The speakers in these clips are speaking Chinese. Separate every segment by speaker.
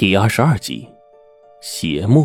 Speaker 1: 第22集，邪墨。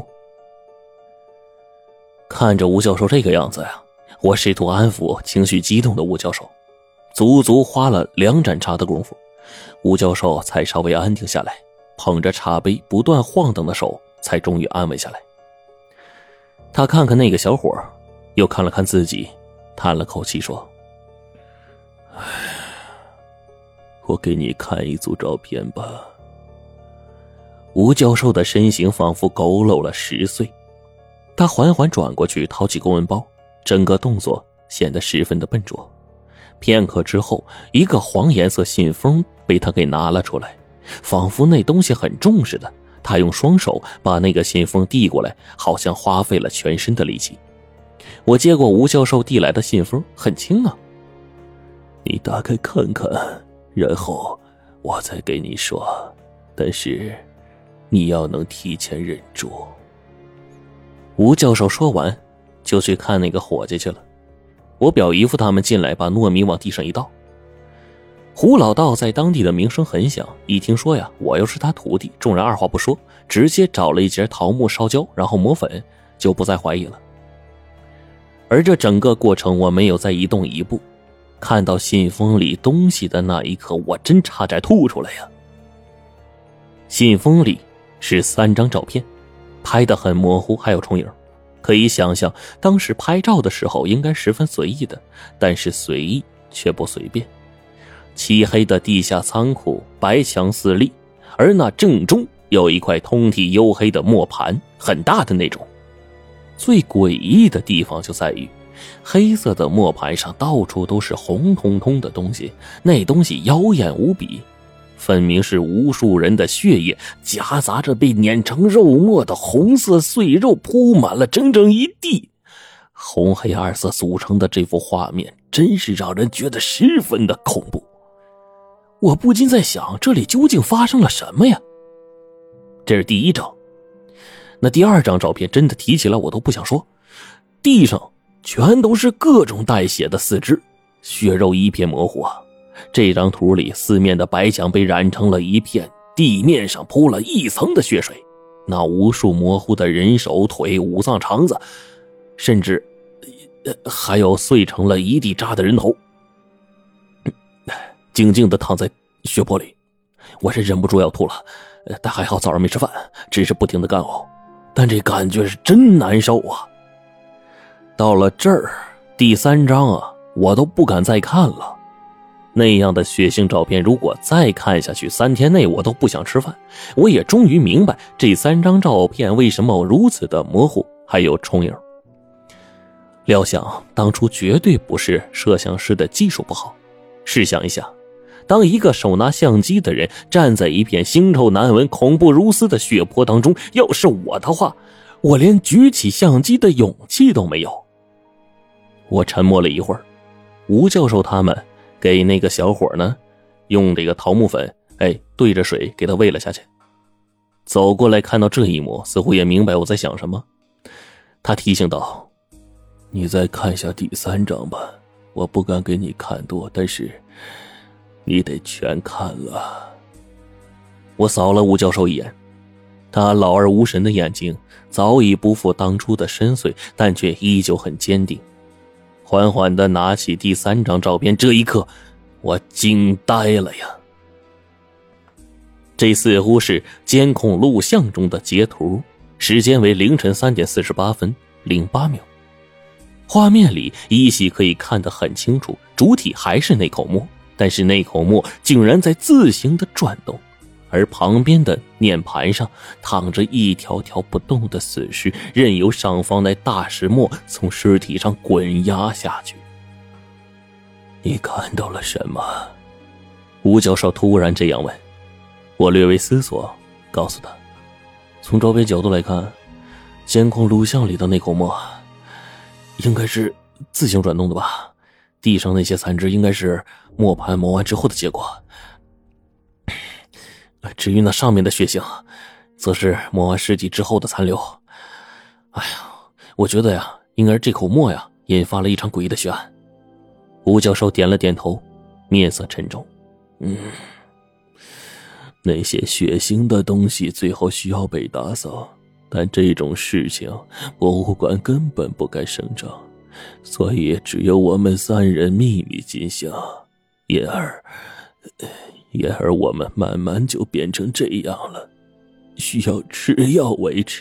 Speaker 1: 看着吴教授这个样子呀，我试图安抚情绪激动的吴教授，足足花了2盏茶的功夫，吴教授才稍微安定下来，捧着茶杯不断晃动的手才终于安稳下来。他看看那个小伙，又看了看自己，叹了口气说：唉，我给你看一组照片吧。吴教授的身形仿佛佝偻了10岁，他缓缓转过去掏起公文包，整个动作显得十分的笨拙。片刻之后，一个黄颜色信封被他给拿了出来，仿佛那东西很重似的。他用双手把那个信封递过来，好像花费了全身的力气。我接过吴教授递来的信封，很轻啊。你打开看看，然后我再给你说，但是你要能提前忍住。吴教授说完就去看那个伙计去了。我表姨夫他们进来，把糯米往地上一倒。胡老道在当地的名声很响，一听说呀我又是他徒弟，众人二话不说，直接找了一截桃木烧焦，然后磨粉，就不再怀疑了。而这整个过程我没有再移动一步，看到信封里东西的那一刻，我真差点吐出来呀。信封里是3张照片，拍得很模糊，还有重影。可以想象当时拍照的时候应该十分随意的，但是随意却不随便。漆黑的地下仓库，白墙四立，而那正中有一块通体黝黑的磨盘，很大的那种。最诡异的地方就在于黑色的磨盘上到处都是红彤彤的东西，那东西妖艳无比，分明是无数人的血液夹杂着被碾成肉末的红色碎肉，铺满了整整一地。红黑二色组成的这幅画面真是让人觉得十分的恐怖。我不禁在想，这里究竟发生了什么呀？这是第1张。那第2张照片真的提起来我都不想说。地上全都是各种带血的四肢，血肉一片模糊啊。这张图里四面的白墙被染成了一片，地面上铺了一层的血水，那无数模糊的人手腿、五脏肠子，甚至还有碎成了一地渣的人头，静静地躺在血泊里。我是忍不住要吐了，但还好早上没吃饭，只是不停地干呕，但这感觉是真难受啊。到了这儿，第3章啊，我都不敢再看了。那样的血腥照片如果再看下去，3天内我都不想吃饭。我也终于明白这3张照片为什么如此的模糊还有重影。料想当初绝对不是摄像师的技术不好。试想一下，当一个手拿相机的人站在一片腥臭难闻恐怖如斯的血泊当中，要是我的话，我连举起相机的勇气都没有。我沉默了一会儿，吴教授他们给那个小伙呢，用这个桃木粉，兑着水给他喂了下去。走过来看到这一幕，似乎也明白我在想什么。他提醒道：你再看下第3章吧，我不敢给你看多，但是你得全看了。我扫了吴教授一眼，他老而无神的眼睛早已不复当初的深邃，但却依旧很坚定。缓缓地拿起第3张照片，这一刻我惊呆了呀。这似乎是监控录像中的截图，时间为凌晨3点48分08秒。画面里依稀可以看得很清楚，主体还是那口沫，但是那口沫竟然在自行的转动，而旁边的碾盘上躺着一条条不动的死尸，任由上方那大石磨从尸体上滚压下去。你看到了什么？吴教授突然这样问。我略微思索，告诉他，从照片角度来看，监控录像里的那口沫应该是自行转动的吧，地上那些残肢应该是磨盘磨完之后的结果。至于那上面的血腥，则是磨完尸体之后的残留。哎呀，我觉得呀，应该是这口沫呀引发了一场诡异的血案。吴教授点了点头，面色沉重。 那些血腥的东西最后需要被打扫，但这种事情博物馆根本不该声张，所以只有我们3人秘密进行。因而我们慢慢就变成这样了，需要吃药维持。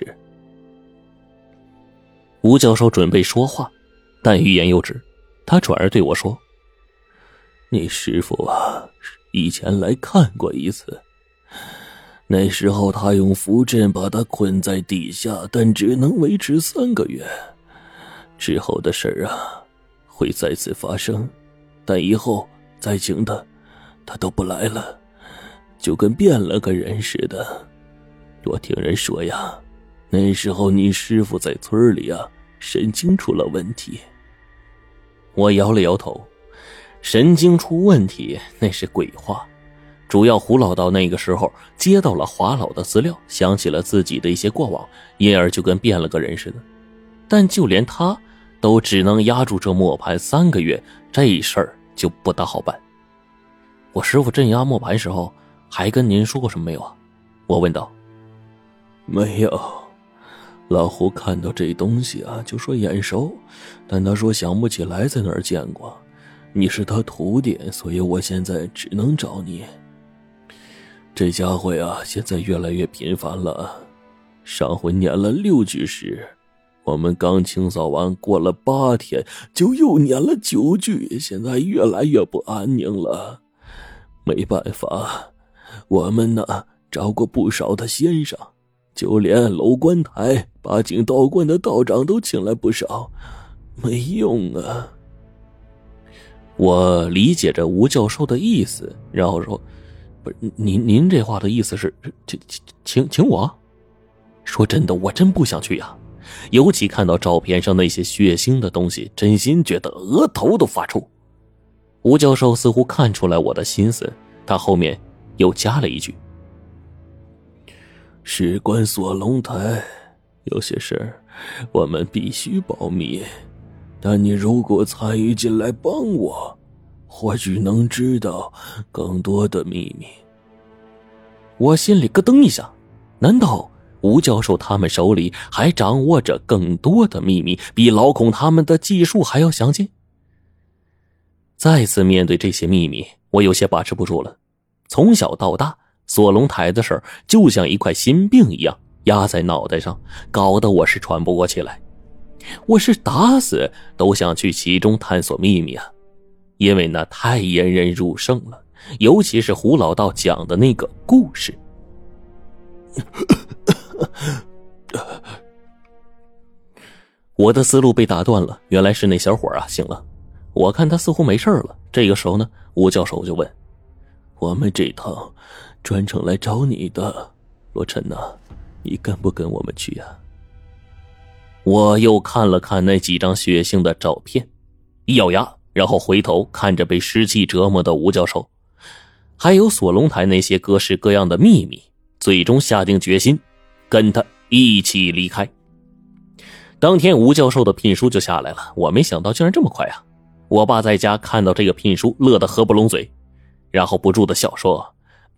Speaker 1: 吴教授准备说话，但欲言又止，他转而对我说：你师父啊，以前来看过一次，那时候他用符阵把他困在地下，但只能维持3个月。之后的事啊，会再次发生，但以后再请他都不来了，就跟变了个人似的。我听人说呀，那时候你师父在村里啊，神经出了问题。我摇了摇头，神经出问题那是鬼话，主要胡老道那个时候接到了华老的资料，想起了自己的一些过往，因而就跟变了个人似的。但就连他都只能压住这磨盘3个月，这事儿就不大好办。我师父镇压磨盘时候还跟您说过什么没有啊？我问道。没有，老胡看到这东西啊，就说眼熟，但他说想不起来在哪儿见过。你是他徒弟，所以我现在只能找你。这家伙呀，现在越来越频繁了，上回念了6句诗，我们刚清扫完，过了8天就又念了9句，现在越来越不安宁了。没办法，我们呢找过不少的先生，就连楼观台把景道观的道长都请来不少，没用啊。我理解着吴教授的意思，然后说：不是，您这话的意思是请我？说真的，我真不想去呀，尤其看到照片上那些血腥的东西，真心觉得额头都发臭。吴教授似乎看出来我的心思，他后面又加了一句：事关锁龙台，有些事儿我们必须保密，但你如果参与进来帮我，或许能知道更多的秘密。我心里咯噔一下，难道吴教授他们手里还掌握着更多的秘密，比老孔他们的技术还要详尽？再次面对这些秘密，我有些把持不住了。从小到大，锁龙台的事儿就像一块心病一样压在脑袋上，搞得我是喘不过气来。我是打死都想去其中探索秘密啊，因为那太引人入胜了，尤其是胡老道讲的那个故事。我的思路被打断了，原来是那小伙啊醒了。我看他似乎没事了，这个时候呢，吴教授就问：我们这趟专程来找你的，罗晨呐，你跟不跟我们去啊？我又看了看那几张血腥的照片，一咬牙，然后回头看着被尸气折磨的吴教授，还有锁龙台那些各式各样的秘密，最终下定决心跟他一起离开。当天吴教授的聘书就下来了，我没想到竟然这么快啊！我爸在家看到这个聘书，乐得合不拢嘴，然后不住地笑说：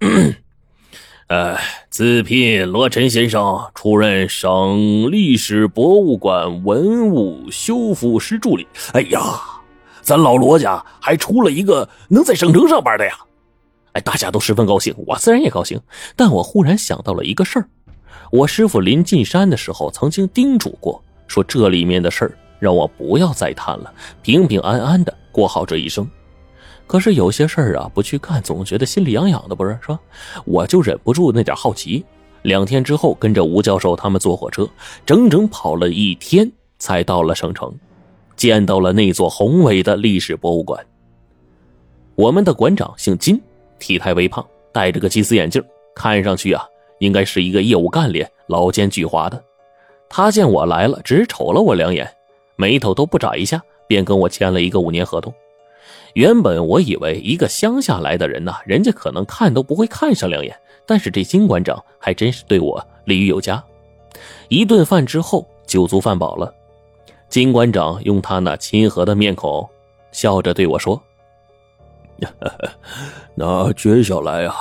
Speaker 1: 自聘罗晨先生出任省历史博物馆文物修复师助理。哎呀，咱老罗家还出了一个能在省城上班的呀！大家都十分高兴，我自然也高兴。但我忽然想到了一个事儿，我师父临进山的时候曾经叮嘱过，说这里面的事儿让我不要再谈了，平平安安的过好这一生。可是有些事儿啊，不去干总觉得心里痒痒的，不是说？我就忍不住那点好奇。2天之后，跟着吴教授他们坐火车，整整跑了1天，才到了省城，见到了那座宏伟的历史博物馆。我们的馆长姓金，体态微胖，戴着个金丝眼镜，看上去啊，应该是一个业务干练、老奸巨猾的。他见我来了，只瞅了我2眼，眉头都不眨一下，便跟我签了一个5年合同。原本我以为一个乡下来的人呐，人家可能看都不会看上2眼，但是这金馆长还真是对我礼遇有加。1顿饭之后，酒足饭饱了，金馆长用他那亲和的面孔笑着对我说：那接下来啊，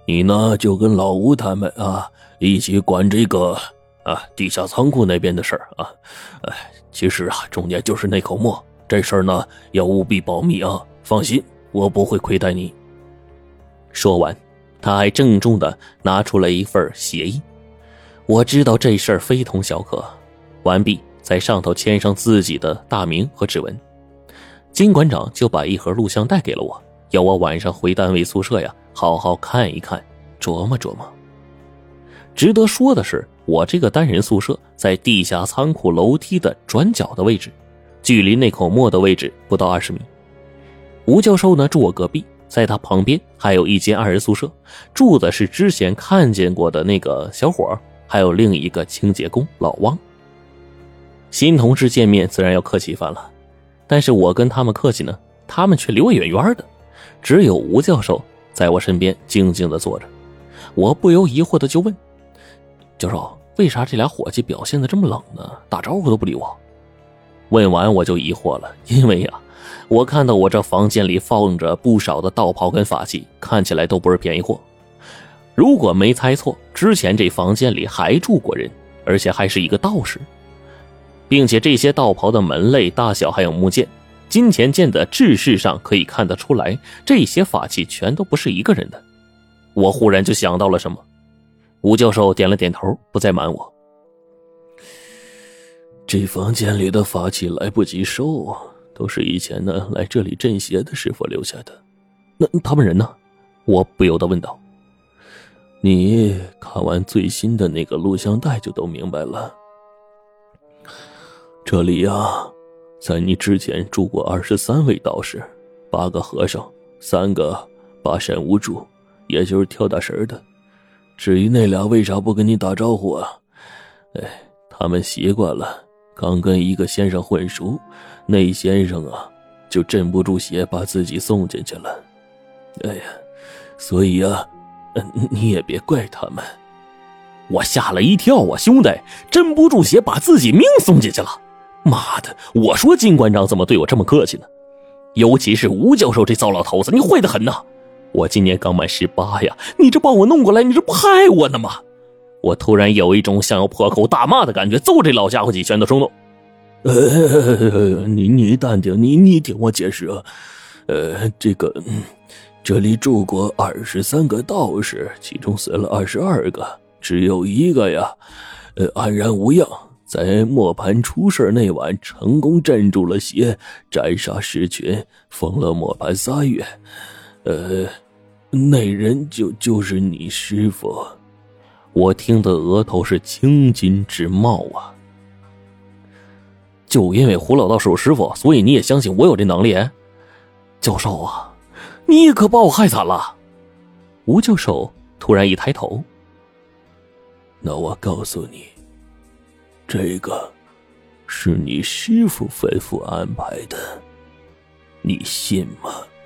Speaker 1: 你呢就跟老吴他们一起管这个地下仓库那边的事儿啊。其实重点就是那口墨，这事儿呢要务必保密啊。放心，我不会亏待你。说完，他还郑重地拿出了一份协议。我知道这事儿非同小可，完毕，在上头签上自己的大名和指纹。金馆长就把一盒录像带给了我，要我晚上回单位宿舍好好看一看，琢磨琢磨。值得说的是，我这个单人宿舍在地下仓库楼梯的转角的位置，距离那口墨的位置不到20米。吴教授呢住我隔壁，在他旁边还有一间2人宿舍，住的是之前看见过的那个小伙，还有另一个清洁工老汪。新同事见面自然要客气一番了，但是我跟他们客气呢，他们却离我远远的，只有吴教授在我身边静静地坐着。我不由疑惑的就问，教授，为啥这俩伙计表现得这么冷呢？打招呼都不理我。问完我就疑惑了，因为我看到我这房间里放着不少的道袍跟法器，看起来都不是便宜货。如果没猜错，之前这房间里还住过人，而且还是一个道士，并且这些道袍的门类、大小还有木剑、金钱剑的制式上可以看得出来，这些法器全都不是一个人的。我忽然就想到了什么。吴教授点了点头，不再瞒我。这房间里的法器来不及收，都是以前呢来这里镇邪的师傅留下的。那他们人呢？我不由得问道。你看完最新的那个录像带就都明白了。这里在你之前住过23位道士，8个和尚，3个跋山无主，也就是跳大神的。至于那俩为啥不跟你打招呼他们习惯了，刚跟一个先生混熟，那先生就镇不住邪，把自己送进去了。所以你也别怪他们。我吓了一跳兄弟，镇不住邪把自己命送进去了。妈的，我说金馆长怎么对我这么客气呢？尤其是吴教授这糟老头子，你坏得很呐！我今年刚满18呀，你这把我弄过来，你这不害我呢吗？我突然有一种想要破口大骂的感觉，揍这老家伙几拳的冲动。你淡定，你听我解释这里住过23个道士，其中死了22个，只有一个安然无恙，在磨盘出事那晚成功镇住了邪，斩杀尸群，封了磨盘3月。那人就是你师傅。我听得额头是青筋直冒就因为胡老道是我师傅，所以你也相信我有这能力？教授你可把我害惨了。吴教授突然一抬头，那我告诉你，这个是你师傅吩咐安排的，你信吗？